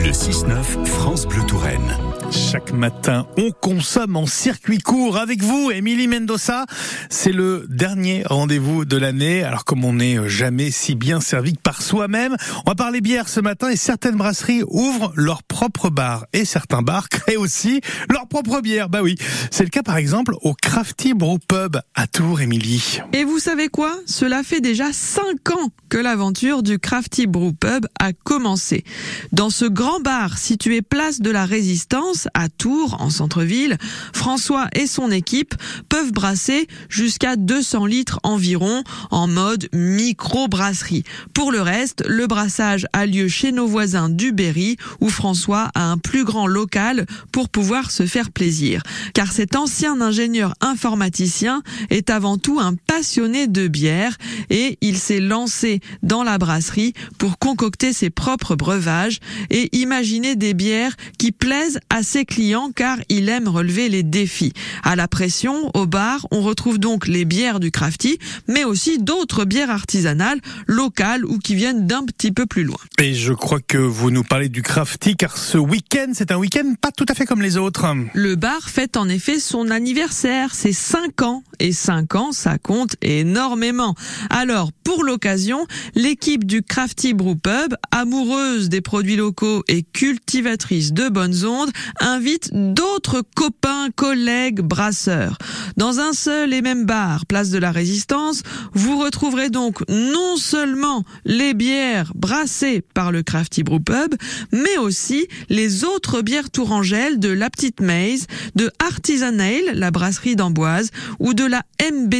Le 6-9 France Bleu Touraine. Chaque matin, on consomme en circuit court avec vous, Émilie Mendoza. C'est le dernier rendez-vous de l'année. Alors comme on n'est jamais si bien servi que par soi-même, on va parler bière ce matin et certaines brasseries ouvrent leur propre bar. Et certains bars créent aussi leur propre bière. Bah oui, c'est le cas par exemple au Crafty Brew Pub à Tours, Émilie. Et vous savez quoi ? Cela fait déjà 5 ans que l'aventure du Crafty Brew Pub a commencé. Dans ce grand bar situé place de la Résistance, à Tours, en centre-ville, François et son équipe peuvent brasser jusqu'à 200 litres environ en mode micro-brasserie. Pour le reste, le brassage a lieu chez nos voisins du Berry, où François a un plus grand local pour pouvoir se faire plaisir. Car cet ancien ingénieur informaticien est avant tout un passionné de bière et il s'est lancé dans la brasserie pour concocter ses propres breuvages et imaginer des bières qui plaisent à ses clients car il aime relever les défis. À la pression, au bar, on retrouve donc les bières du Crafty, mais aussi d'autres bières artisanales, locales ou qui viennent d'un petit peu plus loin. Et je crois que vous nous parlez du Crafty car ce week-end, c'est un week-end pas tout à fait comme les autres. Le bar fête en effet son anniversaire, c'est 5 ans. Et 5 ans, ça compte énormément. Alors, pour l'occasion, l'équipe du Crafty Brew Pub, amoureuse des produits locaux et cultivatrice de bonnes ondes, invite d'autres copains, collègues, brasseurs. Dans un seul et même bar, place de la Résistance, vous retrouverez donc non seulement les bières brassées par le Crafty Brew Pub, mais aussi les autres bières tourangelles de La Petite Maze, de Artisan Ale, la brasserie d'Amboise, ou de la MB